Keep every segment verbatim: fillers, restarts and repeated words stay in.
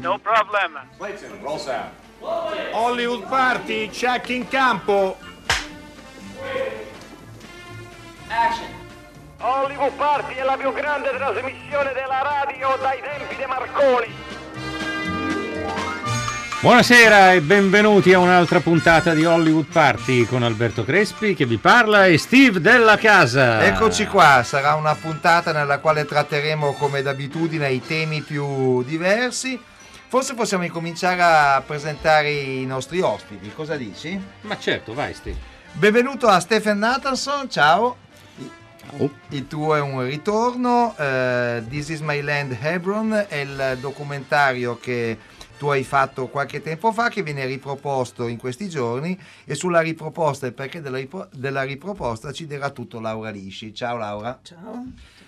No problem. Clayton, roll sound. Hollywood Party, check in campo. Action. Hollywood Party è la più grande trasmissione della radio dai tempi di Marconi. Buonasera e benvenuti a un'altra puntata di Hollywood Party con Alberto Crespi che vi parla e Steve Della Casa. Eccoci qua, sarà una puntata nella quale tratteremo come d'abitudine i temi più diversi. Forse possiamo incominciare a presentare i nostri ospiti, cosa dici? Ma certo, vai Steve. Benvenuto a Stephen Nathanson, ciao. Ciao. Il tuo è un ritorno, uh, This is My Land Hebron è il documentario che tu hai fatto qualche tempo fa, che viene riproposto in questi giorni, e sulla riproposta e perché della, ripro- della riproposta ci dirà tutto Laura Lisci. Ciao Laura. Ciao.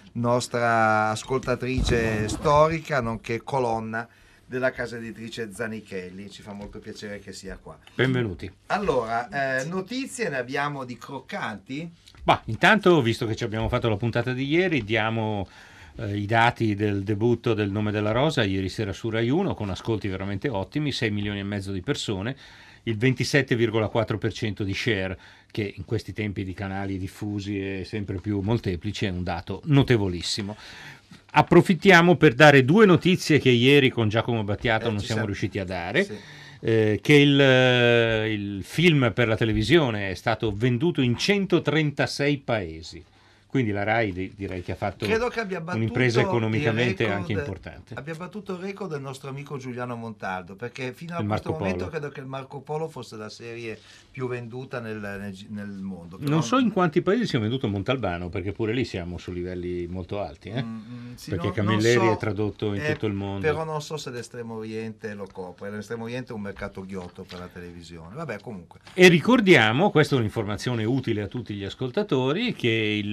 Nostra ascoltatrice storica, nonché colonna della casa editrice Zanichelli, ci fa molto piacere che sia qua. Benvenuti. Allora, eh, notizie ne abbiamo di croccanti? Bah, intanto, visto che ci abbiamo fatto la puntata di ieri, diamo eh, i dati del debutto del Nome della Rosa ieri sera su Rai uno, con ascolti veramente ottimi, sei milioni e mezzo di persone, il ventisette virgola quattro per cento di share, che in questi tempi di canali diffusi e sempre più molteplici è un dato notevolissimo. Approfittiamo per dare due notizie che ieri con Giacomo Battiato eh, non siamo siamo riusciti a dare. Sì. Eh, che il, il film per la televisione è stato venduto in centotrentasei paesi. Quindi la Rai direi che ha fatto Credo che abbia battuto un'impresa economicamente record, anche importante. Abbia battuto il record del nostro amico Giuliano Montaldo, perché fino a Il questo Marco momento Polo. credo che il Marco Polo fosse la serie più venduta nel, nel, nel mondo. Però Non so in quanti paesi sia venduto Montalbano, perché pure lì siamo su livelli molto alti, eh? Mm, mm, sì, perché non- Camilleri non so, è tradotto in eh, tutto il mondo. Però non so se l'Estremo Oriente lo copre. L'Estremo Oriente è un mercato ghiotto per la televisione. Vabbè, comunque. E ricordiamo, questa è un'informazione utile a tutti gli ascoltatori, che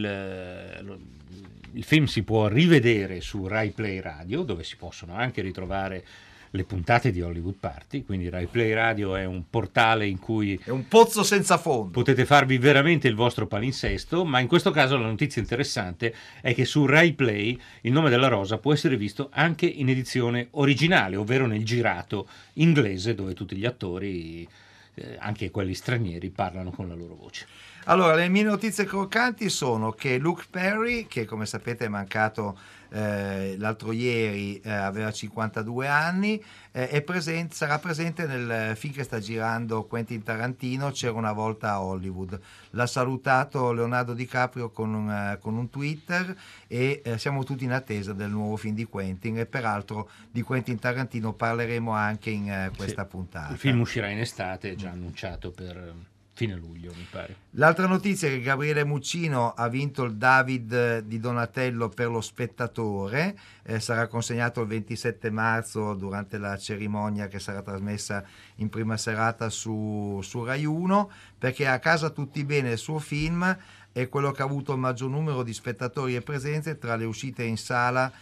il, il film si può rivedere su Rai Play Radio, dove si possono anche ritrovare le puntate di Hollywood Party. Quindi Rai Play Radio è un portale in cui È un pozzo senza fondo. potete farvi veramente il vostro palinsesto, ma in questo caso la notizia interessante è che su Rai Play Il Nome della Rosa può essere visto anche in edizione originale, ovvero nel girato inglese, dove tutti gli attori, eh, anche quelli stranieri, parlano con la loro voce. Allora, le mie notizie croccanti sono che Luke Perry, che come sapete è mancato eh, l'altro ieri, eh, aveva cinquantadue anni, eh, è presente, sarà presente nel film che sta girando Quentin Tarantino, C'era una volta a Hollywood. L'ha salutato Leonardo DiCaprio con un, uh, con un Twitter e eh, siamo tutti in attesa del nuovo film di Quentin, e peraltro di Quentin Tarantino parleremo anche in uh, questa Sì, puntata. il film uscirà in estate, è già annunciato per fine luglio, mi pare. L'altra notizia è che Gabriele Muccino ha vinto il David di Donatello per Lo Spettatore, eh, sarà consegnato il ventisette marzo durante la cerimonia che sarà trasmessa in prima serata su, su Rai uno, perché A casa tutti bene, il suo film, è quello che ha avuto il maggior numero di spettatori e presenze tra le uscite in sala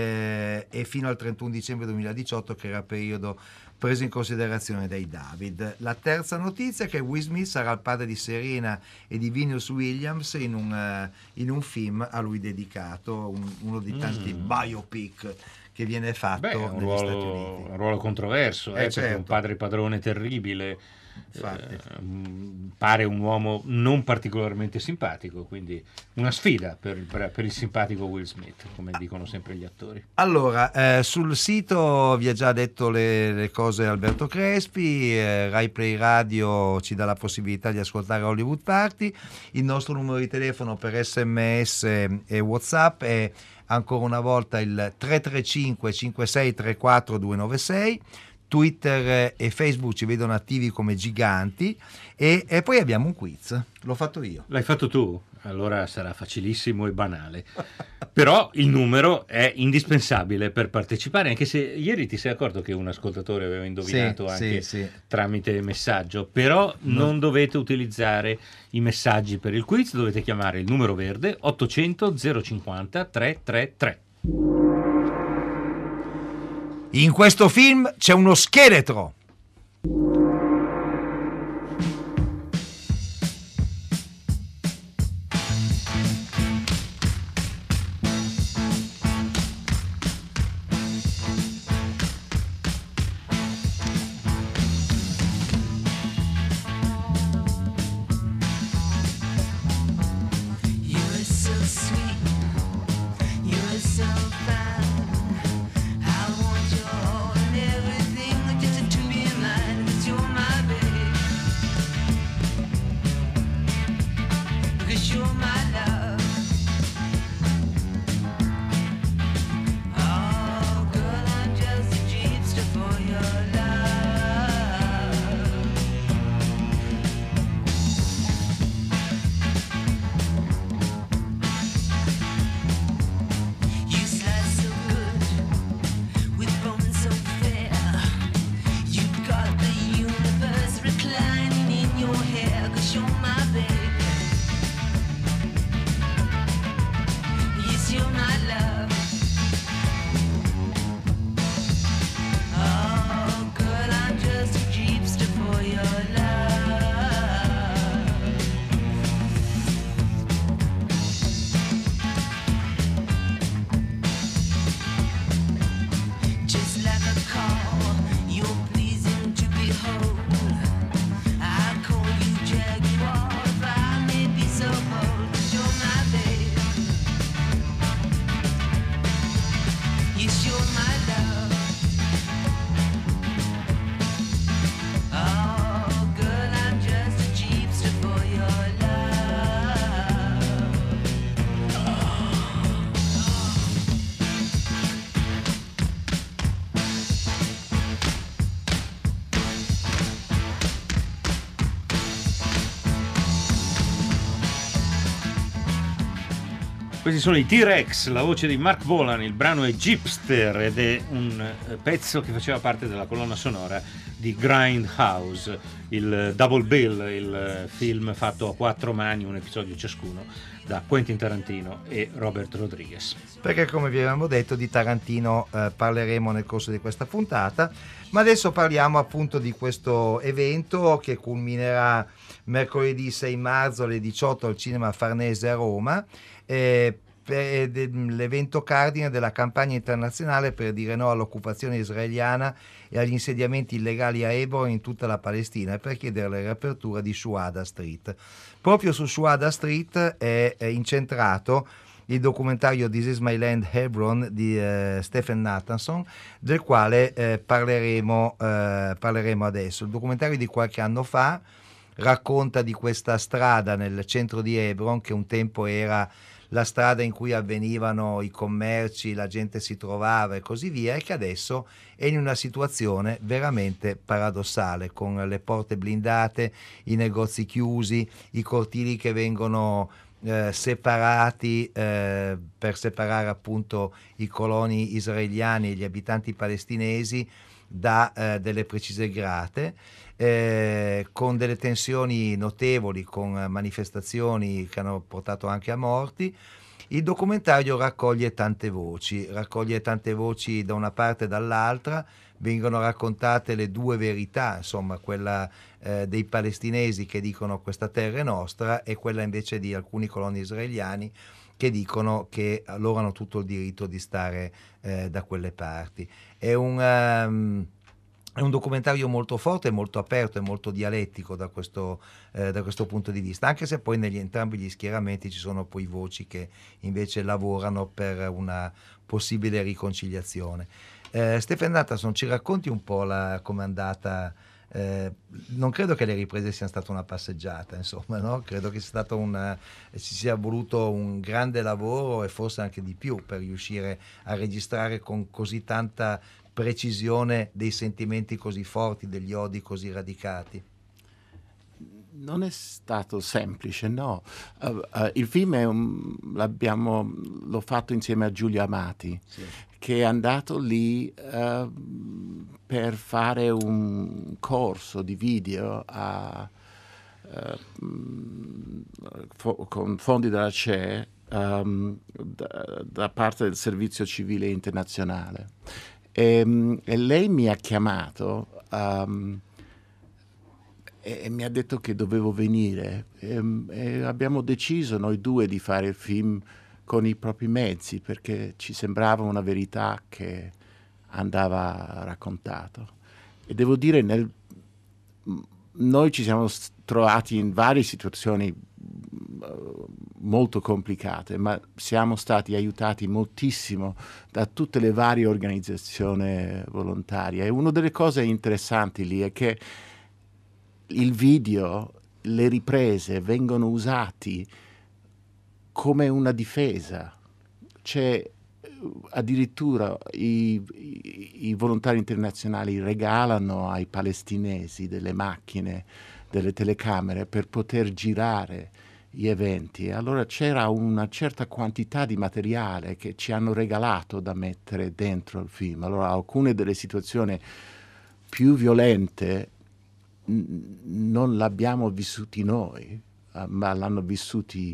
eh, e fino al trentuno dicembre duemiladiciotto, che era il periodo preso in considerazione dai David. La terza notizia è che Will Smith sarà il padre di Serena e di Venus Williams in un, uh, in un film a lui dedicato, un, uno dei tanti mm. biopic che viene fatto Beh, è un negli ruolo, Stati Uniti. un ruolo controverso, Eh, eh, perché certo. un padre padrone terribile. Infatti. Eh, pare un uomo non particolarmente simpatico, quindi una sfida per il, per il simpatico Will Smith, come dicono sempre gli attori. Allora, eh, sul sito vi ha già detto le, le cose Alberto Crespi, eh, Rai Play Radio ci dà la possibilità di ascoltare Hollywood Party, il nostro numero di telefono per sms e WhatsApp è ancora una volta il tre tre cinque cinque sei tre quattro due nove sei. Twitter e Facebook ci vedono attivi come giganti, e, e poi abbiamo un quiz, l'ho fatto io. L'hai fatto tu? Allora sarà facilissimo e banale, però il numero è indispensabile per partecipare, anche se ieri ti sei accorto che un ascoltatore aveva indovinato Sì, anche sì, sì. tramite messaggio, però No. non dovete utilizzare i messaggi per il quiz, dovete chiamare il numero verde ottocento zero cinquanta trecentotrentatré. In questo film c'è uno scheletro. Questi sono i T-Rex, la voce di Mark Bolan, il brano è Gypster ed è un pezzo che faceva parte della colonna sonora di Grindhouse, il Double Bill, il film fatto a quattro mani, un episodio ciascuno, da Quentin Tarantino e Robert Rodriguez. Perché, come vi avevamo detto, di Tarantino eh, parleremo nel corso di questa puntata, ma adesso parliamo appunto di questo evento che culminerà mercoledì sei marzo alle diciotto al Cinema Farnese a Roma. Eh, per l'evento cardine della campagna internazionale per dire no all'occupazione israeliana e agli insediamenti illegali a Hebron in tutta la Palestina e per chiedere la riapertura di Shuhada Street. Proprio su Shuhada Street è, è incentrato il documentario This is My Land Hebron di eh, Stephen Nathanson, del quale eh, parleremo, eh, parleremo adesso. Il documentario di qualche anno fa racconta di questa strada nel centro di Hebron, che un tempo era la strada in cui avvenivano i commerci, la gente si trovava e così via, e che adesso è in una situazione veramente paradossale, con le porte blindate, i negozi chiusi, i cortili che vengono eh, separati eh, per separare appunto i coloni israeliani e gli abitanti palestinesi da eh, delle precise grate, eh, con delle tensioni notevoli, con manifestazioni che hanno portato anche a morti. Il documentario raccoglie tante voci, raccoglie tante voci da una parte e dall'altra, vengono raccontate le due verità, insomma quella eh, dei palestinesi che dicono questa terra è nostra e quella invece di alcuni coloni israeliani che dicono che loro hanno tutto il diritto di stare eh, da quelle parti. È un, um, è un documentario molto forte, molto aperto e molto dialettico da questo, eh, da questo punto di vista, anche se poi negli entrambi gli schieramenti ci sono poi voci che invece lavorano per una possibile riconciliazione. Eh, Stephen Nathanson, ci racconti un po' la, com'è andata? Eh, non credo che le riprese siano state una passeggiata, insomma, no? Credo che sia stato un, ci sia voluto un grande lavoro e forse anche di più per riuscire a registrare con così tanta precisione dei sentimenti così forti, degli odi così radicati. Non è stato semplice, no. Uh, uh, il film è un, l'abbiamo, l'ho fatto insieme a Giulio Amati, sì, che è andato lì uh, per fare un corso di video a, uh, fo- con fondi della C E E um, da, da parte del Servizio Civile Internazionale. E, e lei mi ha chiamato um, e, e mi ha detto che dovevo venire e, e abbiamo deciso noi due di fare il film con i propri mezzi, perché ci sembrava una verità che andava raccontato. E devo dire, nel, noi ci siamo trovati in varie situazioni uh, molto complicate, ma siamo stati aiutati moltissimo da tutte le varie organizzazioni volontarie. E una delle cose interessanti lì è che il video, le riprese vengono usati come una difesa. C'è addirittura i, i, i volontari internazionali regalano ai palestinesi delle macchine, delle telecamere per poter girare gli eventi. Allora c'era una certa quantità di materiale che ci hanno regalato da mettere dentro il film. Allora alcune delle situazioni più violente n- non l'abbiamo vissuti noi, uh, ma l'hanno vissuti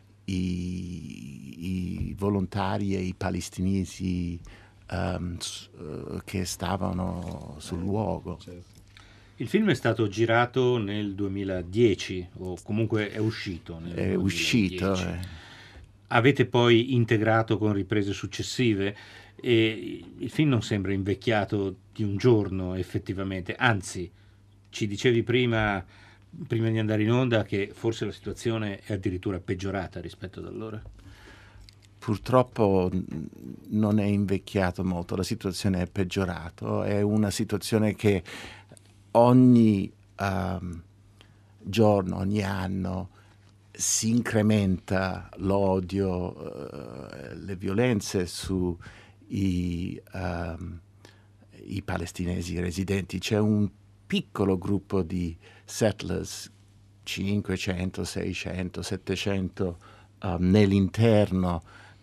I, i volontari e i palestinesi um, s- uh, che stavano sul luogo. Il film è stato girato nel duemiladieci, o comunque è uscito nel È duemiladieci. uscito. Eh. Avete poi integrato con riprese successive e il film non sembra invecchiato di un giorno effettivamente, anzi ci dicevi prima prima di andare in onda che forse la situazione è addirittura peggiorata rispetto ad allora. Purtroppo non è invecchiato molto, la situazione è peggiorata, è una situazione che ogni um, giorno, ogni anno si incrementa l'odio, uh, le violenze su i, um, i palestinesi residenti. C'è un piccolo gruppo di settlers, cinquecento, seicento, settecento um, nell'interno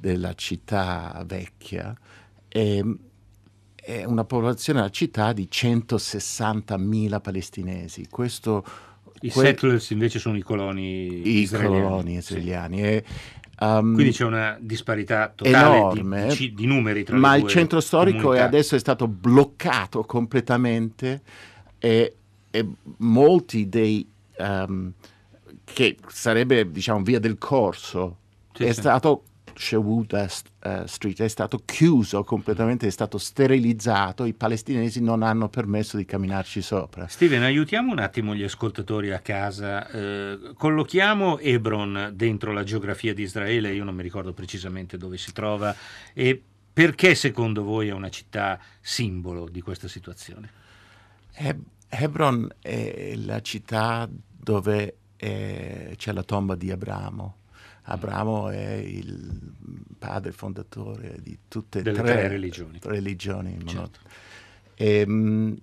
della città vecchia, è, è una popolazione della città di centosessantamila palestinesi. Questo, I que- settlers invece sono i coloni i israeliani. coloni israeliani. Sì. E, um, quindi c'è una disparità totale enorme, di, di, di numeri tra ma le il due centro storico è comunità. adesso è stato bloccato completamente e, e molti dei um, che sarebbe, diciamo, via del corso Sì, è sì. stato Shehuda uh, Street è stato chiuso completamente, è stato sterilizzato, i palestinesi non hanno permesso di camminarci sopra. Steven, aiutiamo un attimo gli ascoltatori a casa, eh, collochiamo Hebron dentro la geografia di Israele, io non mi ricordo precisamente dove si trova, e perché secondo voi è una città simbolo di questa situazione? Heb- Hebron è la città dove è, c'è la tomba di Abramo. Abramo è il padre fondatore di tutte e Delle tre, tre religioni. religioni Certo. e, um,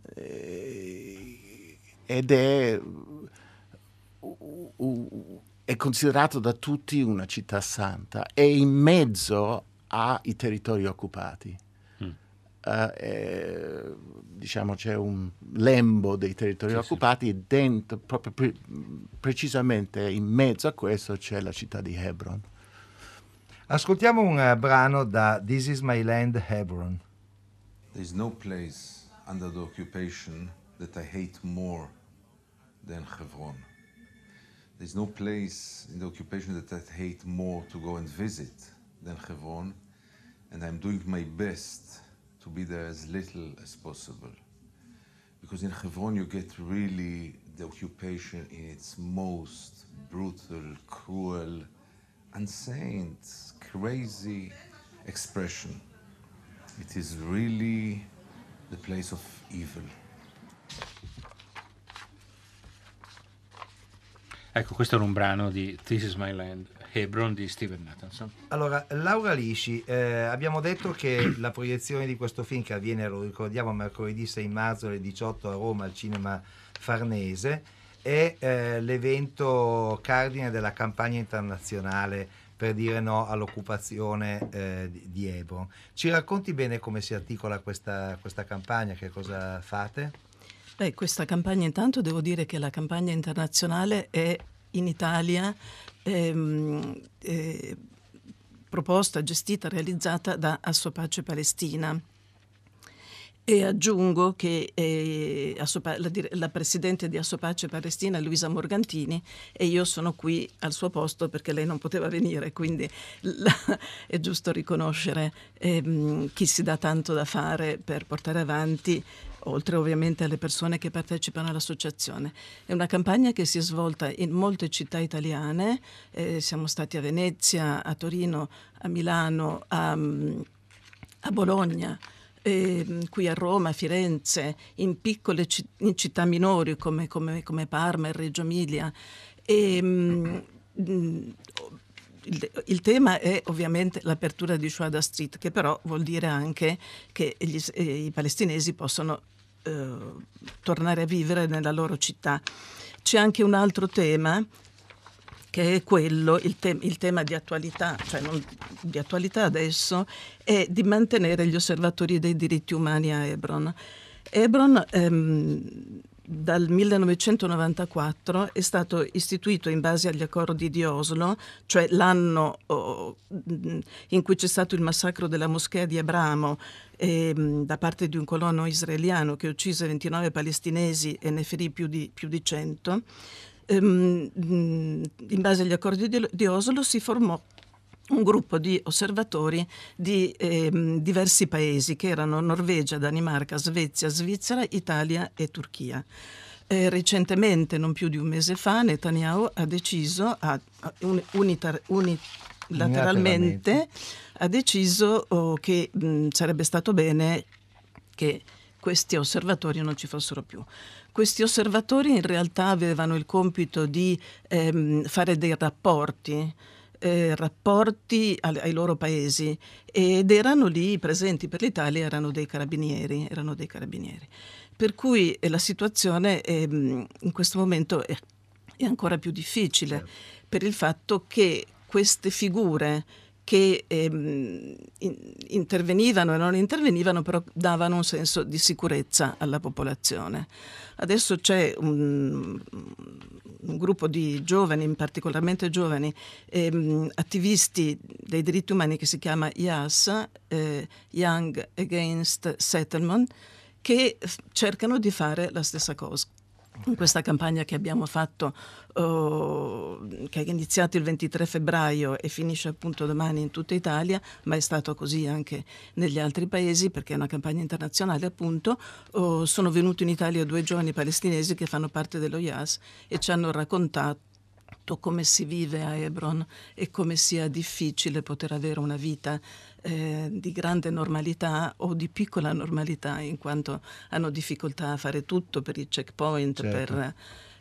e, ed è, uh, uh, è considerato da tutti una città santa. È in mezzo ai territori occupati. Uh, eh, diciamo c'è un lembo dei territori sì, occupati sì. E dentro, proprio pre- precisamente in mezzo a questo c'è la città di Hebron. Ascoltiamo un uh, brano da This Is My Land, Hebron. There's no place under the occupation that I hate more than Hebron. There's no place in the occupation that I hate more to go and visit than Hebron, and I'm doing my best to be there as little as possible. Because in Hebron you get really the occupation in its most brutal, cruel, insane, crazy expression. It is really the place of evil. Ecco, questo era un brano di This Is My Land, Hebron di Steven Nathanson. Allora, Laura Lisci, eh, abbiamo detto che la proiezione di questo film, che avviene, lo ricordiamo, mercoledì sei marzo alle diciotto a Roma al Cinema Farnese, è eh, l'evento cardine della campagna internazionale per dire no all'occupazione eh, di, di Hebron. Ci racconti bene come si articola questa, questa campagna, che cosa fate? Beh, questa campagna, intanto devo dire che la campagna internazionale è in Italia ehm, eh, proposta, gestita, realizzata da Assopace Palestina. E aggiungo che eh, Assopa- la, la presidente di Assopace Palestina, Luisa Morgantini, e io sono qui al suo posto perché lei non poteva venire, quindi la, è giusto riconoscere ehm, chi si dà tanto da fare per portare avanti, oltre ovviamente alle persone che partecipano all'associazione. È una campagna che si è svolta in molte città italiane, eh, siamo stati a Venezia, a Torino, a Milano, a, a Bologna, eh, qui a Roma, a Firenze, in piccole ci- in città minori come, come, come Parma e Reggio Emilia. E, mh, Il, il tema è ovviamente l'apertura di Shuhada Street, che però vuol dire anche che gli, eh, i palestinesi possono eh, tornare a vivere nella loro città. C'è anche un altro tema, che è quello, il, te- il tema di attualità, cioè non di attualità adesso, è di mantenere gli osservatori dei diritti umani a Hebron. Hebron ehm, dal millenovecentonovantaquattro è stato istituito in base agli accordi di Oslo, cioè l'anno oh, in cui c'è stato il massacro della moschea di Abramo eh, da parte di un colono israeliano che uccise ventinove palestinesi e ne ferì più di, più di cento. Ehm, in base agli accordi di, di Oslo si formò un gruppo di osservatori di eh, diversi paesi, che erano Norvegia, Danimarca, Svezia, Svizzera, Italia e Turchia. Eh, recentemente, non più di un mese fa, Netanyahu ha deciso, ha, un, unitar, unilateralmente, ha deciso oh, che mh, sarebbe stato bene che questi osservatori non ci fossero più. Questi osservatori in realtà avevano il compito di ehm, fare dei rapporti, Eh, rapporti ai, ai loro paesi, ed erano lì presenti per l'Italia, erano dei carabinieri, erano dei carabinieri. Per cui eh, la situazione è, in questo momento è, è ancora più difficile, certo, per il fatto che queste figure che ehm, in, intervenivano e non intervenivano, però davano un senso di sicurezza alla popolazione. Adesso c'è un, un gruppo di giovani, particolarmente giovani, ehm, attivisti dei diritti umani che si chiama Y A S, eh, Young Against Settlement, che cercano di fare la stessa cosa. In questa campagna che abbiamo fatto, oh, che è iniziata il ventitré febbraio e finisce appunto domani in tutta Italia, ma è stato così anche negli altri paesi perché è una campagna internazionale appunto, oh, sono venuti in Italia due giovani palestinesi che fanno parte dello Y A S e ci hanno raccontato come si vive a Hebron e come sia difficile poter avere una vita eh, di grande normalità o di piccola normalità, in quanto hanno difficoltà a fare tutto per i checkpoint, certo. per,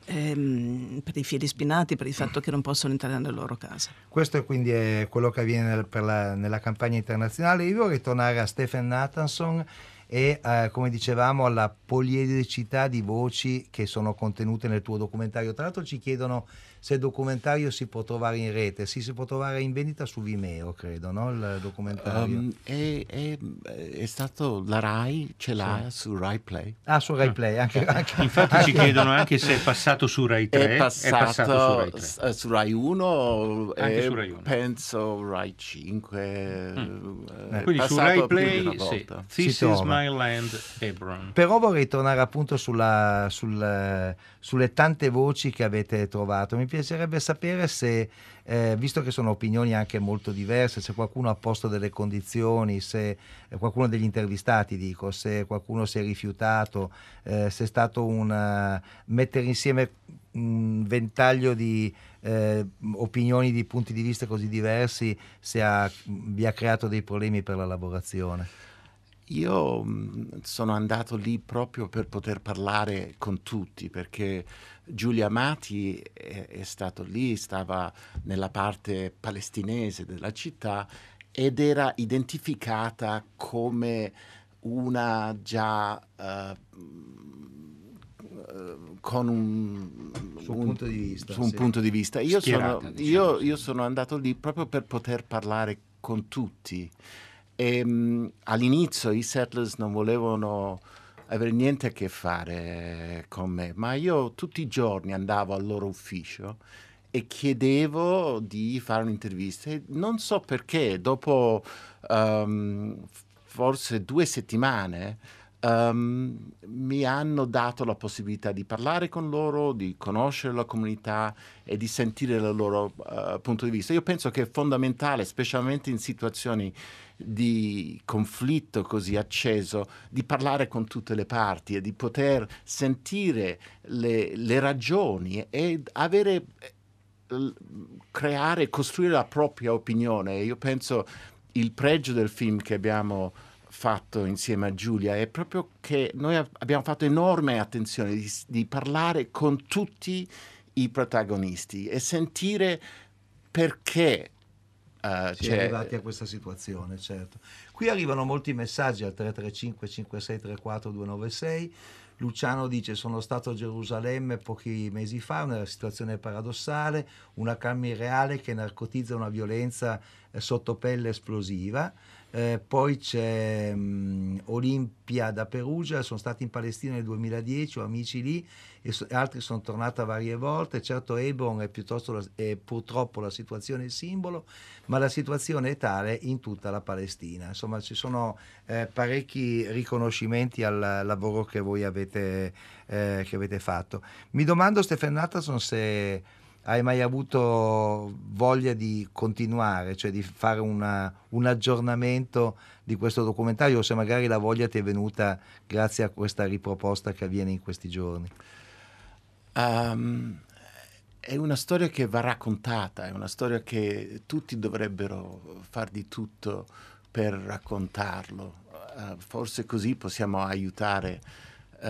ehm, per i fili spinati, per il fatto che non possono entrare nelle loro case. Questo quindi è quello che avviene nel, per la, nella campagna internazionale. Io vorrei tornare a Stephen Nathanson e eh, come dicevamo alla poliedricità di voci che sono contenute nel tuo documentario. Tra l'altro ci chiedono se il documentario si può trovare in rete. Sì, si può trovare in vendita su Vimeo, credo, no? Il documentario. Um, è, è, è stato la Rai, ce l'ha sì. su Rai Play. Ah, su Rai Play. Anche, anche, Infatti anche, ci chiedono anche se è passato su Rai tre. È passato, è passato su Rai tre. Su Rai uno, anche su Rai uno. Penso Rai cinque. Mm. Eh, Quindi su Rai Play, sì. This si is my land, Hebron. Però vorrei tornare appunto sulla, sul, sulle tante voci che avete trovato. Mi piacerebbe sapere se, eh, visto che sono opinioni anche molto diverse, se qualcuno ha posto delle condizioni, se eh, qualcuno degli intervistati, dico, se qualcuno si è rifiutato, eh, se è stato un uh, mettere insieme un ventaglio di eh, opinioni, di punti di vista così diversi, se ha, vi ha creato dei problemi per la lavorazione. Io mh, sono andato lì proprio per poter parlare con tutti, perché Giulia Amati è, è stato lì, stava nella parte palestinese della città ed era identificata come una già uh, con un, Su un punto di vista, su un sì. punto di vista. Io, Schierata, sono, diciamo, io, sì. io sono andato lì proprio per poter parlare con tutti. E, um, all'inizio i settlers non volevano avere niente a che fare con me, ma io tutti i giorni andavo al loro ufficio e chiedevo di fare un'intervista. E non so perché, dopo um, forse due settimane um, mi hanno dato la possibilità di parlare con loro, di conoscere la comunità e di sentire il loro uh, punto di vista. Io penso che è fondamentale, specialmente in situazioni di conflitto così acceso, di parlare con tutte le parti e di poter sentire le, le ragioni e avere, creare, costruire la propria opinione. Io penso il pregio del film che abbiamo fatto insieme a Giulia è proprio che noi abbiamo fatto enorme attenzione di, di parlare con tutti i protagonisti e sentire perché Uh, si è arrivati a questa situazione, certo. Qui arrivano molti messaggi al tre tre cinque cinque sei tre quattro due nove sei. Luciano dice: sono stato a Gerusalemme pochi mesi fa, una situazione paradossale, una calma irreale che narcotizza una violenza eh, sottopelle esplosiva. Eh, poi c'è um, Olimpia da Perugia: sono stato in Palestina nel duemiladieci, ho amici lì e so- altri sono tornato varie volte. Certo Hebron è, piuttosto la, è purtroppo la situazione simbolo, ma la situazione è tale in tutta la Palestina. Insomma, ci sono eh, parecchi riconoscimenti al lavoro che voi avete, eh, che avete fatto. Mi domando, Stephen Nathanson, se hai mai avuto voglia di continuare, cioè di fare una, un aggiornamento di questo documentario, o se magari la voglia ti è venuta grazie a questa riproposta che avviene in questi giorni? Um, è una storia che va raccontata, è una storia che tutti dovrebbero far di tutto per raccontarlo. Uh, forse così possiamo aiutare uh,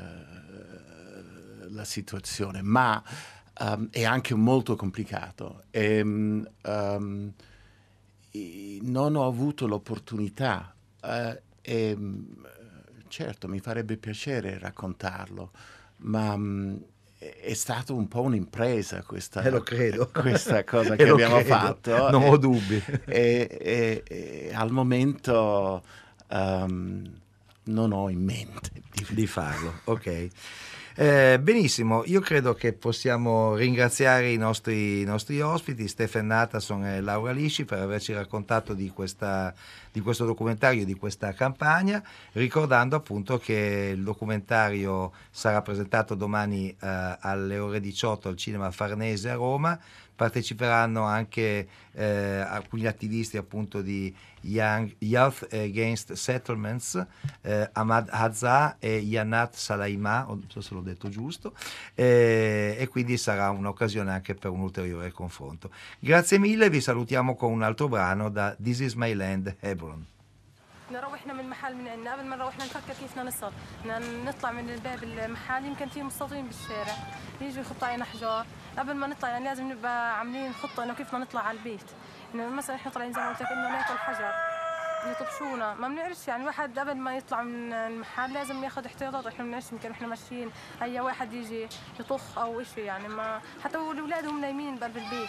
la situazione, ma Um, è anche molto complicato e um, um, non ho avuto l'opportunità uh, e um, certo mi farebbe piacere raccontarlo, ma um, è stato un po' un'impresa questa, eh, lo credo. questa cosa che abbiamo credo. fatto. Non e, ho dubbi. E, e, e al momento um, non ho in mente di, di farlo. Ok. Eh, benissimo, io credo che possiamo ringraziare i nostri, i nostri ospiti, Stephen Nathanson e Laura Lisci, per averci raccontato di, questa, di questo documentario, di questa campagna, ricordando appunto che il documentario sarà presentato domani eh, alle ore diciotto al Cinema Farnese a Roma. Parteciperanno anche eh, alcuni attivisti appunto di Young, Youth Against Settlements, eh, Ahmad Hazza e Yanat Salaima, non so se l'ho detto giusto, eh, e quindi sarà un'occasione anche per un ulteriore confronto. Grazie mille, vi salutiamo con un altro brano da This Is My Land, Hebron. روحنا من المحل من عندنا قبل ما نروحنا نفكر كيف بدنا نصل، بدنا نطلع من الباب المحل يمكن في مستوطنين بالشارع يجوا يخطوا علينا حجار، قبل ما نطلع يعني لازم نبقى عاملين خطة انه كيف بدنا نطلع على البيت، انه مثلا احنا طالعين زي ما قلت لك انه ناكل حجر يطبشونا، ما بنعرفش يعني واحد قبل ما يطلع من المحل لازم ياخذ احتياطات، احنا بنعرفش يمكن احنا ماشيين اي واحد يجي يطخ او شيء يعني ما حتى الاولاد هم نايمين بقلب البيت.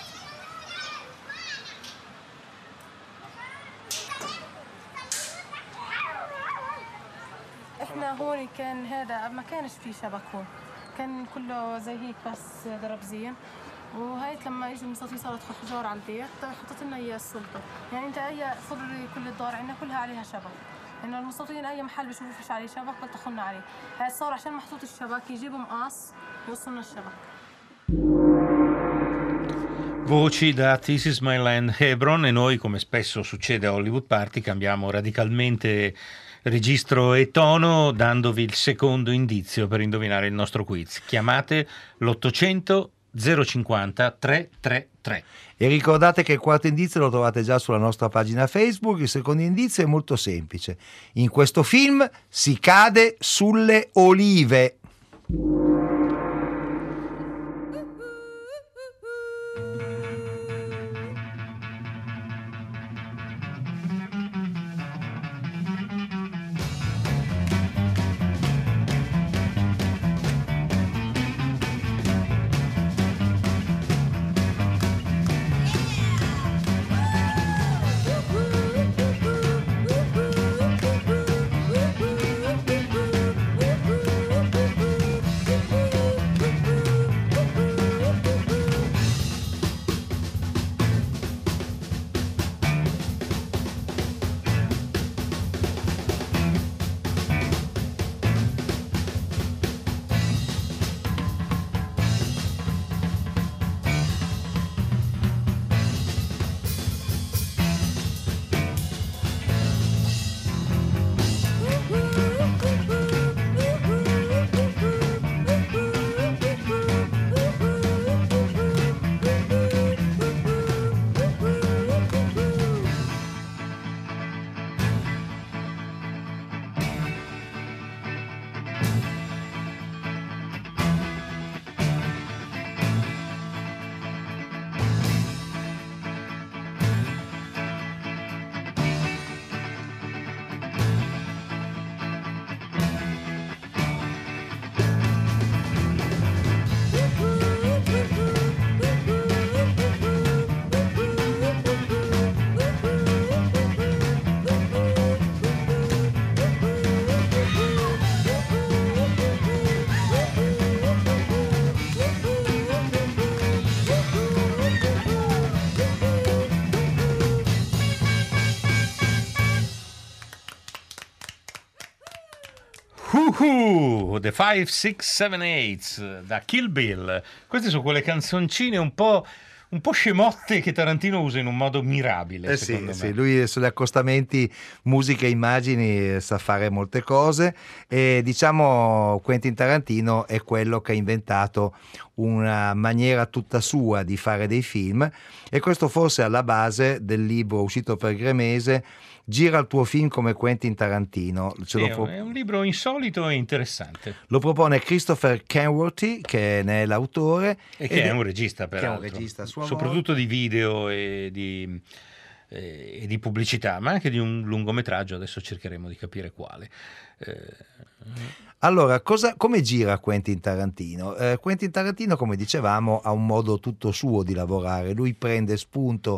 احنا هون كان هذا ما كانش في شبك هون، كان كله زي هيك بس دربزين، وهي لما اجوا المستوطنين صارت حجار على البيت حطت لنا اياه السلطه، يعني انت اي خضري كل الدار عندنا كلها عليها شبك، انه المستوطنين اي محل بيشوفوا فيش عليه شبك بيطخلنا عليه، هاي صار عشان محطوط الشبك يجيبوا مقص يوصلنا الشبك. Voci da This Is My Land Hebron, e noi, come spesso succede a Hollywood Party, cambiamo radicalmente registro e tono dandovi il secondo indizio per indovinare il nostro quiz. Chiamate l'ottocento zero cinquanta trecentotrentatré. E ricordate che il quarto indizio lo trovate già sulla nostra pagina Facebook. Il secondo indizio è molto semplice. In questo film si cade sulle olive. Uh, The five, six, seven, eight da Kill Bill. Queste sono quelle canzoncine un po', un po' scemotte che Tarantino usa in un modo mirabile. Eh sì, sì, lui sugli accostamenti musica e immagini sa fare molte cose, e diciamo Quentin Tarantino è quello che ha inventato una maniera tutta sua di fare dei film, e questo forse è alla base del libro uscito per Gremese, Gira il tuo film come Quentin Tarantino. Ce Sì, lo pro- è un libro insolito e interessante. Lo propone Christopher Kenworthy, che ne è l'autore. E che è un regista, peraltro. Che è un regista a sua soprattutto volta. di video e di, eh, e di pubblicità, ma anche di un lungometraggio, adesso cercheremo di capire quale. Eh, Allora, cosa, come gira Quentin Tarantino? Eh, Quentin Tarantino, come dicevamo, ha un modo tutto suo di lavorare. Lui prende spunto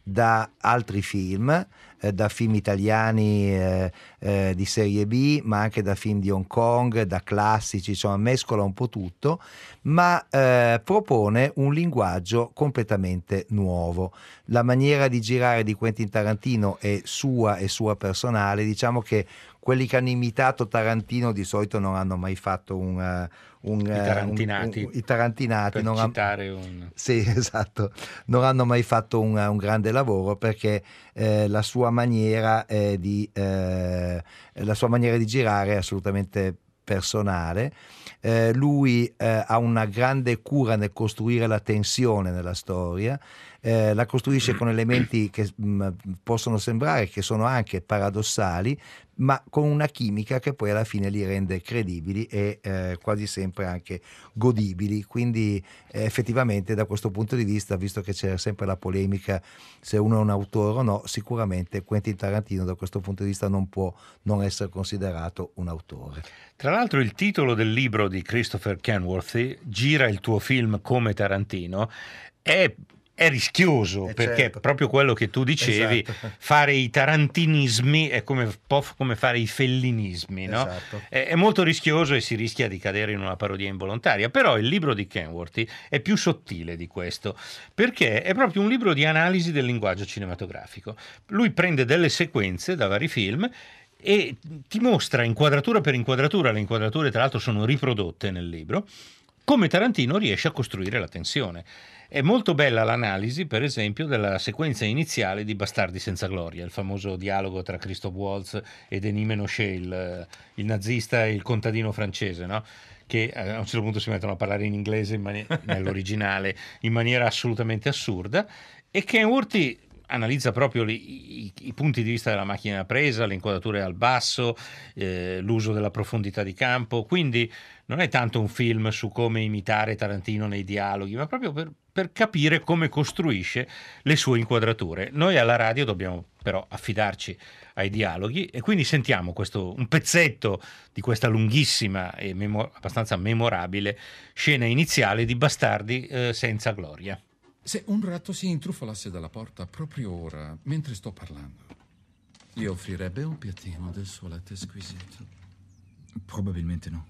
da altri film, eh, da film italiani eh, eh, di serie B, ma anche da film di Hong Kong, da classici, insomma mescola un po' tutto, ma eh, propone un linguaggio completamente nuovo. La maniera di girare di Quentin Tarantino è sua e sua personale. Diciamo che quelli che hanno imitato Tarantino di solito non hanno mai fatto un... Uh, un I tarantinati, un, un, i tarantinati per non citare ha, un... sì, esatto, non hanno mai fatto un, un grande lavoro, perché eh, la sua maniera è di eh, la sua maniera di girare è assolutamente personale. Eh, lui eh, ha una grande cura nel costruire la tensione nella storia, eh, la costruisce con elementi che mh, possono sembrare che sono anche paradossali, ma con una chimica che poi alla fine li rende credibili e eh, quasi sempre anche godibili. Quindi eh, effettivamente da questo punto di vista, visto che c'è sempre la polemica se uno è un autore o no, sicuramente Quentin Tarantino da questo punto di vista non può non essere considerato un autore. Tra l'altro il titolo del libro di Christopher Kenworthy, Gira il tuo film come Tarantino, è È rischioso, eh perché certo. proprio quello che tu dicevi, esatto. Fare i tarantinismi è come, un po' come fare i fellinismi, no? Esatto. È, è molto rischioso e si rischia di cadere in una parodia involontaria. Però il libro di Kenworthy è più sottile di questo, perché è proprio un libro di analisi del linguaggio cinematografico. Lui prende delle sequenze da vari film e ti mostra inquadratura per inquadratura, le inquadrature tra l'altro sono riprodotte nel libro, come Tarantino riesce a costruire la tensione. È molto bella l'analisi, per esempio, della sequenza iniziale di Bastardi senza gloria, il famoso dialogo tra Christoph Waltz e Denis Ménochet, il, il nazista e il contadino francese, no? Che a un certo punto si mettono a parlare in inglese in mani- nell'originale in maniera assolutamente assurda, e Kenworthy analizza proprio li, i, i punti di vista della macchina da presa, le inquadrature al basso, eh, l'uso della profondità di campo. Quindi non è tanto un film su come imitare Tarantino nei dialoghi, ma proprio per, per capire come costruisce le sue inquadrature. Noi alla radio dobbiamo però affidarci ai dialoghi, e quindi sentiamo questo, un pezzetto di questa lunghissima e memo- abbastanza memorabile scena iniziale di Bastardi eh, senza gloria. Se un ratto si intrufolasse dalla porta proprio ora, mentre sto parlando, gli offrirebbe un piattino del suo latte squisito? Probabilmente no.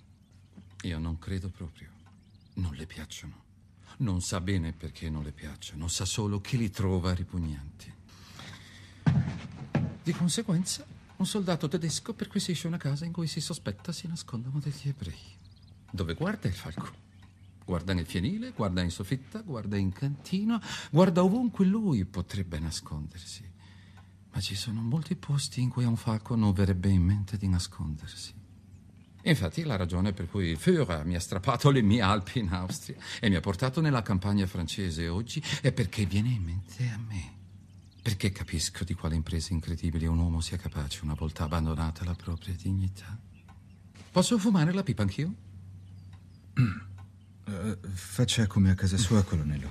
Io non credo proprio. Non le piacciono. Non sa bene perché non le piacciono, sa solo che li trova ripugnanti. Di conseguenza, un soldato tedesco perquisisce una casa in cui si sospetta si nascondono degli ebrei. Dove guarda il falco? Guarda nel fienile, guarda in soffitta, guarda in cantina, guarda ovunque lui potrebbe nascondersi. Ma ci sono molti posti in cui a un falco non verrebbe in mente di nascondersi. Infatti la ragione per cui il Führer mi ha strappato le mie Alpi in Austria e mi ha portato nella campagna francese oggi è perché viene in mente a me. Perché capisco di quale imprese incredibili un uomo sia capace una volta abbandonata la propria dignità. Posso fumare la pipa anch'io? Uh, faccia come a casa sua, colonnello.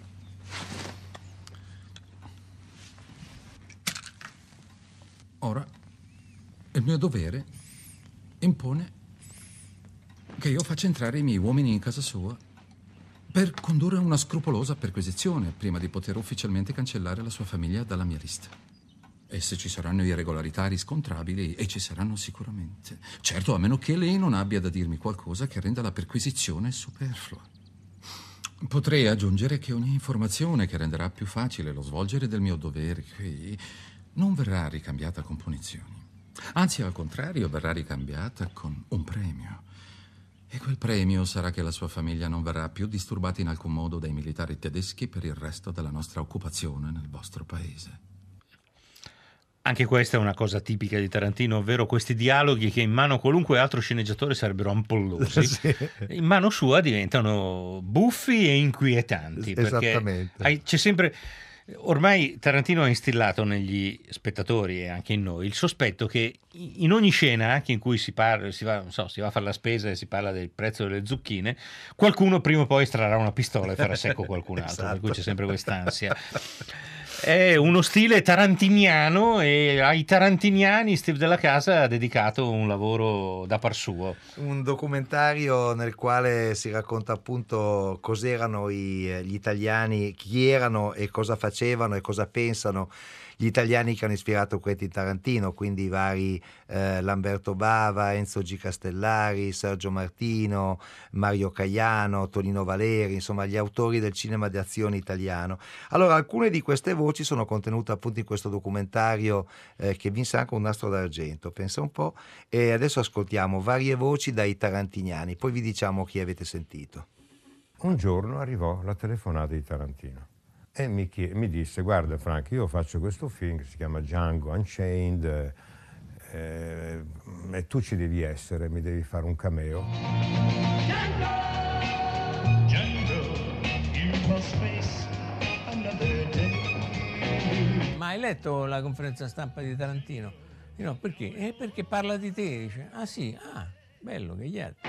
Ora, il mio dovere impone che io faccia entrare i miei uomini in casa sua per condurre una scrupolosa perquisizione prima di poter ufficialmente cancellare la sua famiglia dalla mia lista. E se ci saranno irregolarità riscontrabili, e ci saranno sicuramente, certo, a meno che lei non abbia da dirmi qualcosa che renda la perquisizione superflua. Potrei aggiungere che ogni informazione che renderà più facile lo svolgere del mio dovere qui non verrà ricambiata con punizioni. Anzi, al contrario, verrà ricambiata con un premio. E quel premio sarà che la sua famiglia non verrà più disturbata in alcun modo dai militari tedeschi per il resto della nostra occupazione nel vostro paese. Anche questa è una cosa tipica di Tarantino, ovvero questi dialoghi che in mano a qualunque altro sceneggiatore sarebbero ampollosi, sì. In mano sua diventano buffi e inquietanti. Esattamente. Perché c'è sempre... Ormai Tarantino ha instillato negli spettatori e anche in noi il sospetto che in ogni scena, anche in cui si, parla, si, va, non so, si va a fare la spesa e si parla del prezzo delle zucchine, qualcuno prima o poi estrarrà una pistola e farà secco qualcun altro, esatto. Per cui c'è sempre quest'ansia. È uno stile tarantiniano e ai tarantiniani Steve Della Casa ha dedicato un lavoro da par suo. Un documentario nel quale si racconta appunto cos'erano i, gli italiani, chi erano e cosa facevano e cosa pensano gli italiani che hanno ispirato Quentin Tarantino, quindi i vari eh, Lamberto Bava, Enzo G. Castellari, Sergio Martino, Mario Caiano, Tonino Valeri, insomma gli autori del cinema di azione italiano. Allora, alcune di queste voci sono contenute appunto in questo documentario eh, che vinse anche un nastro d'argento, pensa un po', e adesso ascoltiamo varie voci dai tarantiniani, poi vi diciamo chi avete sentito. Un giorno arrivò la telefonata di Tarantino e mi, chied- mi disse: guarda Frank, io faccio questo film che si chiama Django Unchained eh, e tu ci devi essere, mi devi fare un cameo. Django, Django, you must face another day. Ma hai letto la conferenza stampa di Tarantino? Io no, perché? Eh, perché parla di te, dice. Ah sì, ah, bello, che gli altri.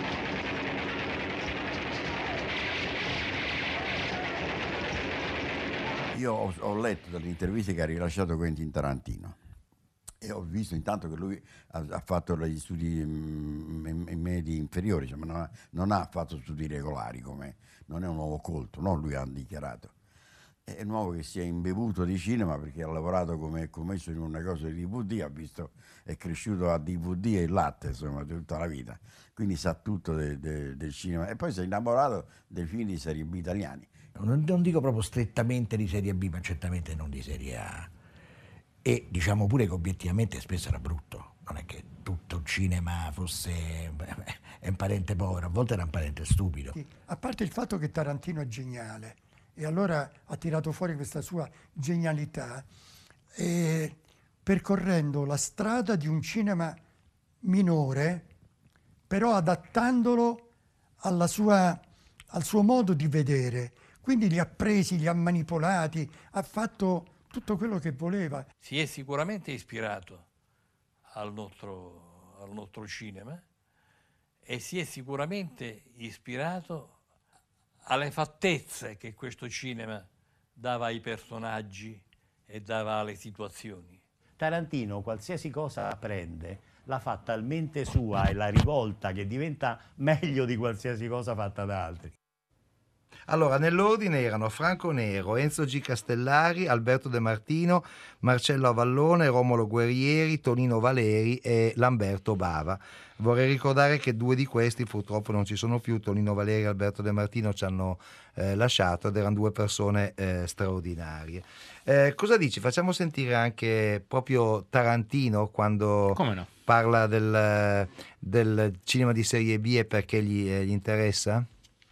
Io ho, ho letto delle interviste che ha rilasciato Quentin Tarantino e ho visto intanto che lui ha, ha fatto gli studi mm, medi inferiori, cioè, ma non ha, non ha fatto studi regolari, come non è un uomo colto, no? Lui ha dichiarato. È un uomo che si è imbevuto di cinema perché ha lavorato come commesso in una cosa di D V D, ha visto, è cresciuto a D V D e il latte, insomma, tutta la vita, quindi sa tutto de, de, del cinema e poi si è innamorato dei film di serie B italiani. Non, non dico proprio strettamente di serie B, ma certamente non di serie A. E diciamo pure che obiettivamente spesso era brutto. Non è che tutto il cinema fosse è un parente povero, a volte era un parente stupido. A parte il fatto che Tarantino è geniale, e allora ha tirato fuori questa sua genialità, e percorrendo la strada di un cinema minore, però adattandolo alla sua, al suo modo di vedere. Quindi li ha presi, li ha manipolati, ha fatto tutto quello che voleva. Si è sicuramente ispirato al nostro, al nostro cinema e si è sicuramente ispirato alle fattezze che questo cinema dava ai personaggi e dava alle situazioni. Tarantino qualsiasi cosa prende la fa talmente sua e la rivolta che diventa meglio di qualsiasi cosa fatta da altri. Allora, nell'ordine erano Franco Nero, Enzo G. Castellari, Alberto De Martino, Marcello Avallone, Romolo Guerrieri, Tonino Valeri e Lamberto Bava. Vorrei ricordare che due di questi purtroppo non ci sono più, Tonino Valeri e Alberto De Martino ci hanno eh, lasciato ed erano due persone eh, straordinarie. Eh, cosa dici? Facciamo sentire anche proprio Tarantino quando Come no? parla del, del cinema di serie B e perché gli, eh, gli interessa?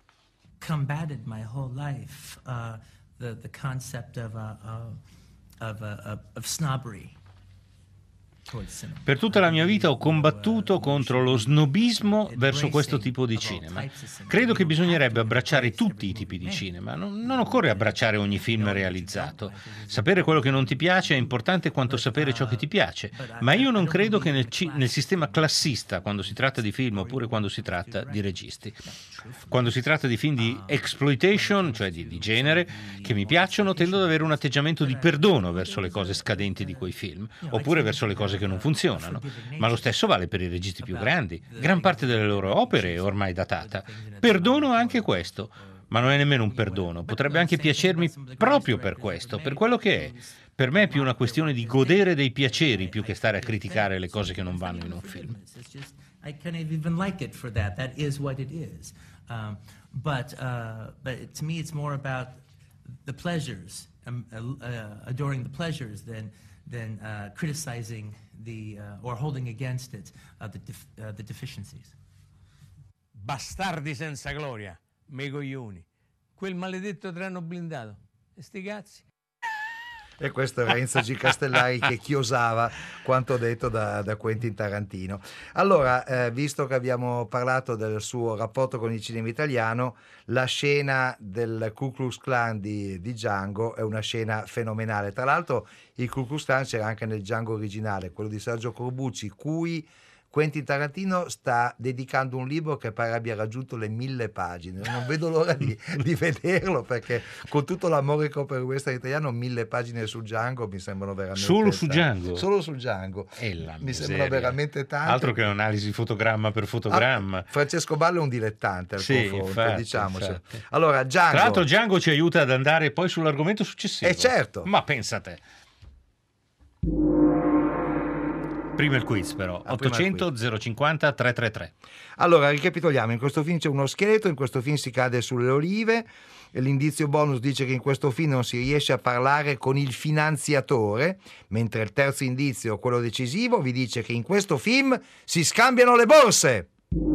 Combated my whole life uh, the the concept of uh, uh, of, uh, of snobbery. Per tutta la mia vita ho combattuto contro lo snobismo verso questo tipo di cinema. Credo che bisognerebbe abbracciare tutti i tipi di cinema. Non, non occorre abbracciare ogni film realizzato. Sapere quello che non ti piace è importante quanto sapere ciò che ti piace. Ma io non credo che nel, ci- nel sistema classista, quando si tratta di film oppure quando si tratta di registi. Quando si tratta di film di exploitation, cioè di, di genere, che mi piacciono, tendo ad avere un atteggiamento di perdono verso le cose scadenti di quei film, oppure verso le cose che non funzionano. Ma lo stesso vale per i registi più grandi. Gran parte delle loro opere è ormai datata. Perdono anche questo, ma non è nemmeno un perdono. Potrebbe anche piacermi proprio per questo, per quello che è. Per me è più una questione di godere dei piaceri più che stare a criticare le cose che non vanno in un film. I kind of even like it for that. That is what it is. Um, but uh, but to me, it's more about the pleasures, um, uh, uh, adoring the pleasures, than than uh, criticizing the uh, or holding against it uh, the def- uh, the deficiencies. Bastardi senza gloria, me coglioni. Quel maledetto treno blindato. E sti cazzi. E questo era Enzo G. Castellari che chiosava quanto detto da, da Quentin Tarantino. Allora, eh, visto che abbiamo parlato del suo rapporto con il cinema italiano, la scena del Ku Klux Klan di, di Django è una scena fenomenale. Tra l'altro il Ku Klux Klan c'era anche nel Django originale, quello di Sergio Corbucci, cui Quentin Tarantino sta dedicando un libro che pare abbia raggiunto le mille pagine. Non vedo l'ora di, di vederlo, perché con tutto l'amore che ho per il western italiano, mille pagine su Django mi sembrano veramente Solo su tante. Django? Solo su Django. E la mi miseria. sembra veramente tanto. Altro che un'analisi fotogramma per fotogramma. Ah, Francesco Ballo è un dilettante al Sì, confronto, infatti, diciamoci. infatti. Allora, Django. Tra l'altro Django ci aiuta ad andare poi sull'argomento successivo. Eh, certo. Ma pensa a te. Prima il quiz però, Ah, prima il ottocento zero cinquanta trecentotrentatré. Allora, ricapitoliamo, in questo film c'è uno scheletro, in questo film si cade sulle olive, e l'indizio bonus dice che in questo film non si riesce a parlare con il finanziatore, mentre il terzo indizio, quello decisivo, vi dice che in questo film si scambiano le borse.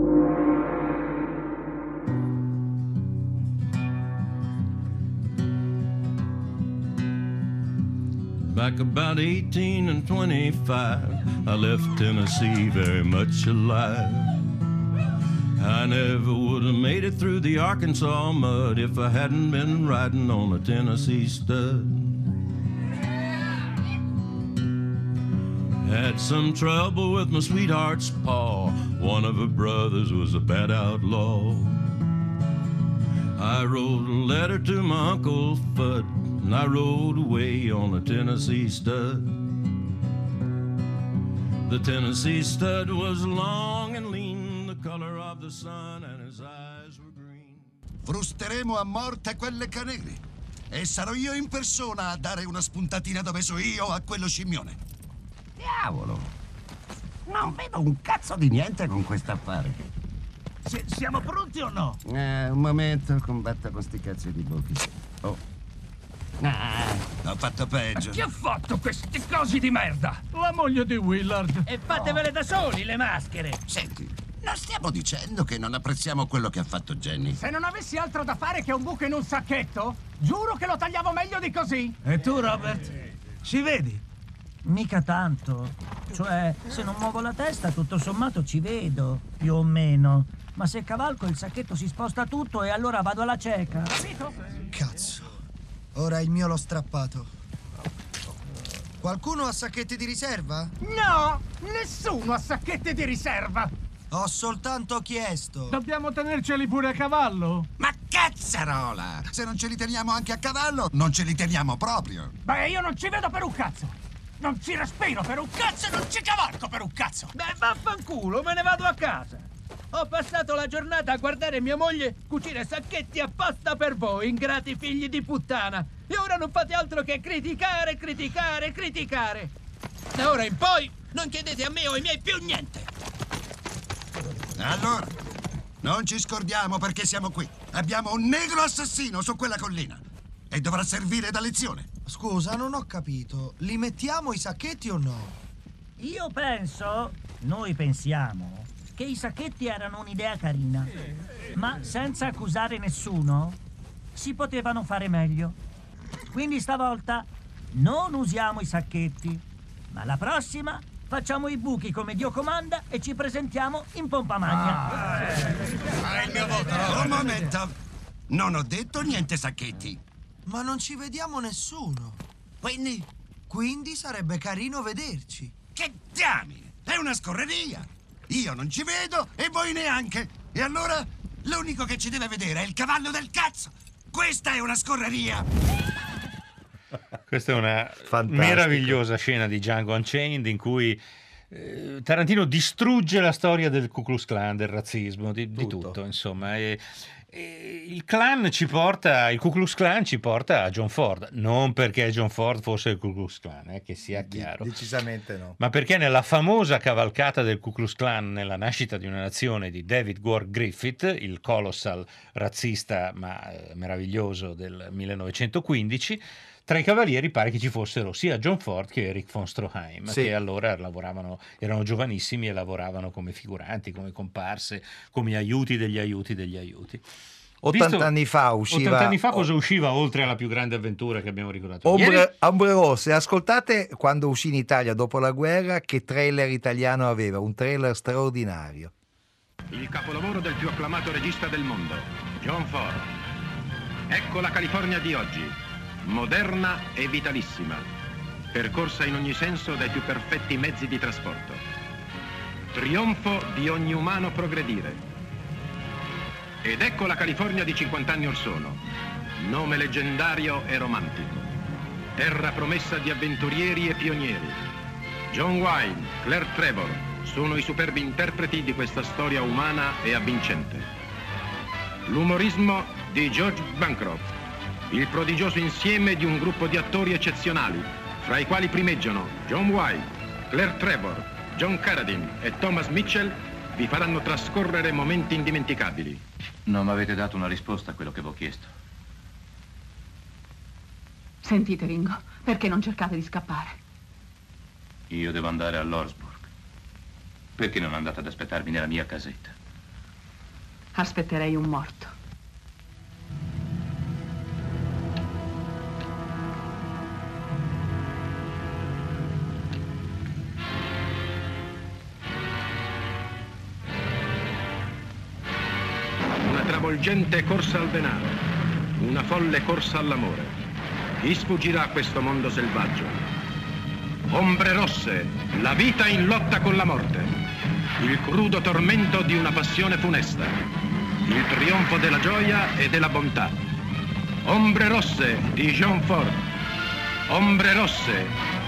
Back about eighteen and twenty-five, I left Tennessee very much alive. I never would have made it through the Arkansas mud if I hadn't been riding on a Tennessee stud. Had some trouble with my sweetheart's paw. One of her brothers was a bad outlaw. I wrote a letter to my Uncle Fudd, and I rode away on a Tennessee stud. The Tennessee stud was long and lean, the color of the sun, and his eyes were green. Frusteremo a morte quelle caneri e sarò io in persona a dare una spuntatina dove so io a quello scimmione. Diavolo! Non vedo un cazzo di niente con quest'affare. Si- siamo pronti o no? Eh, un momento, combatto con sti cazzi di buchi. Oh. Ah. Ho fatto peggio. Chi ha fatto questi cosi di merda? La moglie di Willard. E fatevele da soli le maschere. Senti, non stiamo dicendo che non apprezziamo quello che ha fatto Jenny. Se non avessi altro da fare che un buco in un sacchetto, giuro che lo tagliavo meglio di così. E tu, Robert? Ci vedi? Mica tanto. Cioè, se non muovo la testa, tutto sommato ci vedo, più o meno. Ma se cavalco il sacchetto si sposta tutto e allora vado alla cieca. Capito? Cazzo. Ora il mio l'ho strappato. Qualcuno ha sacchetti di riserva? No! Nessuno ha sacchetti di riserva! Ho soltanto chiesto. Dobbiamo tenerceli pure a cavallo? Ma cazzarola! Se non ce li teniamo anche a cavallo, non ce li teniamo proprio. Beh, io non ci vedo per un cazzo! Non ci respiro per un cazzo e non ci cavalco per un cazzo! Beh, vaffanculo, me ne vado a casa. Ho passato la giornata a guardare mia moglie cucire sacchetti apposta per voi, ingrati figli di puttana. E ora non fate altro che criticare, criticare, criticare. Da ora in poi non chiedete a me o ai miei più niente. Allora, non ci scordiamo perché siamo qui. Abbiamo un negro assassino su quella collina e dovrà servire da lezione. Scusa, non ho capito. Li mettiamo i sacchetti o no? Io penso, noi pensiamo, che i sacchetti erano un'idea carina. Ma senza accusare nessuno, si potevano fare meglio. Quindi stavolta non usiamo i sacchetti, ma la prossima facciamo i buchi come Dio comanda e ci presentiamo in pompa magna. Ma il mio voto, no? Un momento. Non ho detto niente sacchetti. Ma non ci vediamo nessuno. Quindi? Quindi sarebbe carino vederci. Che diamine! È una scorreria! Io non ci vedo e voi neanche. E allora l'unico che ci deve vedere è il cavallo del cazzo. Questa è una scorreria. Questa è una Fantastico. meravigliosa scena di Django Unchained in cui eh, Tarantino distrugge la storia del Ku Klux Klan, del razzismo, di tutto, di tutto insomma. E, e il clan ci porta, il Ku Klux Klan ci porta a John Ford, non perché John Ford fosse il Ku Klux Klan, eh, che sia chiaro. Decisamente no. Ma perché nella famosa cavalcata del Ku Klux Klan, nella nascita di una nazione di David Gore Griffith, il colossal razzista ma eh, meraviglioso del millenovecentoquindici, tra i cavalieri pare che ci fossero sia John Ford che Eric von Stroheim, Sì. che allora lavoravano, erano giovanissimi e lavoravano come figuranti, come comparse, come aiuti degli aiuti degli aiuti. ottanta Visto- anni fa usciva ottanta anni fa cosa usciva oltre alla più grande avventura che abbiamo ricordato ieri? Ombre, Ombre Rosse. Ascoltate quando uscì in Italia dopo la guerra che trailer italiano aveva, un trailer straordinario. Il capolavoro del più acclamato regista del mondo, John Ford. Ecco la California di oggi, moderna e vitalissima, percorsa in ogni senso dai più perfetti mezzi di trasporto. trionfo di ogni umano progredire. Ed ecco la California di cinquanta anni or sono, nome leggendario e romantico, terra promessa di avventurieri e pionieri. John Wayne, Claire Trevor sono i superbi interpreti di questa storia umana e avvincente. L'umorismo di George Bancroft, il prodigioso insieme di un gruppo di attori eccezionali, fra i quali primeggiano John Wayne, Claire Trevor, John Carradine e Thomas Mitchell, vi faranno trascorrere momenti indimenticabili. Non mi avete dato una risposta a quello che vi ho chiesto. Sentite, Ringo, perché non cercate di scappare? Io devo andare all'Orsburg. Perché non andate ad aspettarmi nella mia casetta? Aspetterei un morto. Una travolgente corsa al denaro, una folle corsa all'amore. Chi sfuggirà a questo mondo selvaggio? Ombre rosse, la vita in lotta con la morte, il crudo tormento di una passione funesta, il trionfo della gioia e della bontà. Ombre rosse di John Ford. Ombre rosse,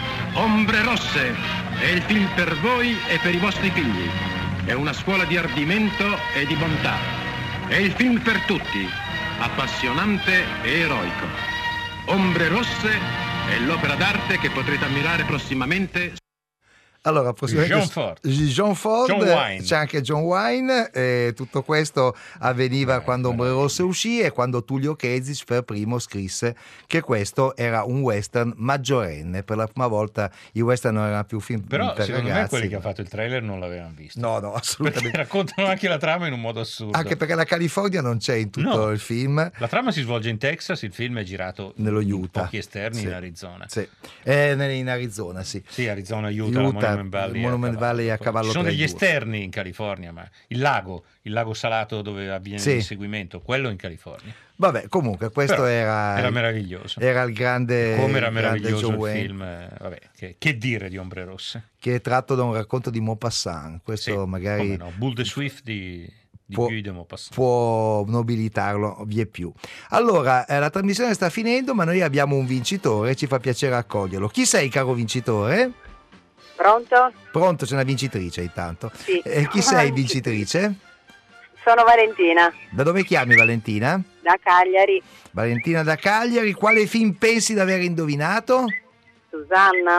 ombre rosse, è il film per voi e per i vostri figli. È una scuola di ardimento e di bontà. È il film per tutti, appassionante e eroico. Ombre rosse è l'opera d'arte che potrete ammirare prossimamente. Allora, prossimamente John Ford. John Ford, John Wayne. c'è anche John Wayne, eh, tutto questo avveniva quando Ombre Rosse uscì e quando Tullio Kezich per primo scrisse che questo era un western maggiorenne. Per la prima volta i western non erano più film Però per secondo ragazzi. me quelli che ha fatto il trailer non l'avevano visto. No, no, assolutamente. Perché raccontano anche la trama in un modo assurdo. Anche perché la California non c'è in tutto No. il film. La trama si svolge in Texas, il film è girato Nello in Utah. pochi esterni Sì. in Arizona. Sì. Eh, in Arizona, sì. Sì, Arizona, Utah, la Monument Valley. Monument a Valley a cavallo Ci sono tra i degli due. esterni in California, ma il lago, il lago salato dove avviene Sì. l'inseguimento, quello in California. Vabbè, comunque questo Però era era meraviglioso. Era il grande Come era il grande meraviglioso John il Wayne, film, eh, vabbè, che, che dire di Ombre Rosse? che è tratto da un racconto di Maupassant. Questo Sì, magari come no, Bull the Swift di, di può, Guy de Maupassant. può nobilitarlo vie più. Allora, eh, la trasmissione sta finendo, ma noi abbiamo un vincitore, ci fa piacere accoglierlo. Chi sei, caro vincitore? Pronto? Pronto, c'è una vincitrice intanto. Sì. Eh, chi sei, vincitrice? Sono Valentina, Da dove chiami, Valentina? da Cagliari. Valentina da Cagliari, quale film pensi di aver indovinato? Susanna.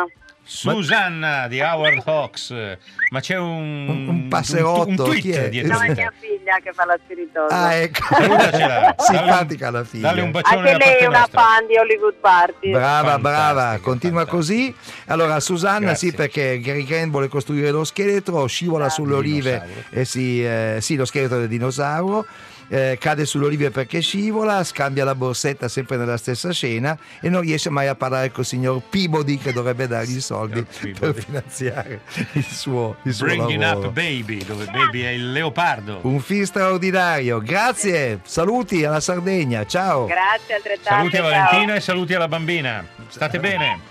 Susanna di Howard Hawks, ma c'è un, Un- un passerotto, un, un chi è? tweet dietro No, di è te. mia figlia che fa la spiritosa. Ah, ecco. Salutacela. Simpatica la figlia. Dalle un bacione Anche da lei parte è una nostra. fan di Hollywood Party. Brava, brava, Fantastica, continua così. Allora, Susanna, Grazie. sì, perché Gary Grant vuole costruire lo scheletro, scivola sulle Il olive, dinosauro. e si, eh, sì, lo scheletro del dinosauro. eh, cade sulle olive perché scivola, scambia la borsetta sempre nella stessa scena e non riesce mai a parlare col signor Peabody che dovrebbe dargli i soldi per finanziare il suo, il suo Bringing lavoro. Up Baby, dove Baby è il leopardo. Un film straordinario, grazie, saluti alla Sardegna, ciao. Grazie, altrettanto. Saluti a ciao. Valentina e saluti alla bambina. State bene.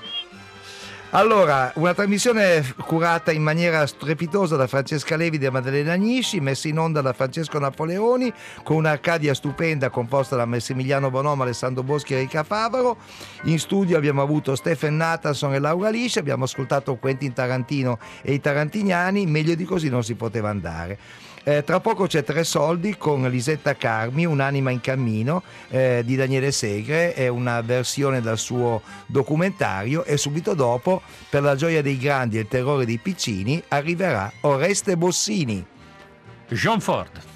Allora, una trasmissione curata in maniera strepitosa da Francesca Levi e Maddalena Agnisci, messa in onda da Francesco Napoleoni, con un'Arcadia stupenda composta da Massimiliano Bonomo, Alessandro Boschi e Enrica Favaro. In studio abbiamo avuto Stephen Nathanson e Laura Liscia, abbiamo ascoltato Quentin Tarantino e i tarantiniani, meglio di così non si poteva andare. Eh, tra poco c'è Tre Soldi con Lisetta Carmi, Un'anima in cammino, eh, di Daniele Segre, è una versione dal suo documentario, e subito dopo, per la gioia dei grandi e il terrore dei piccini, arriverà Oreste Bossini. John Ford.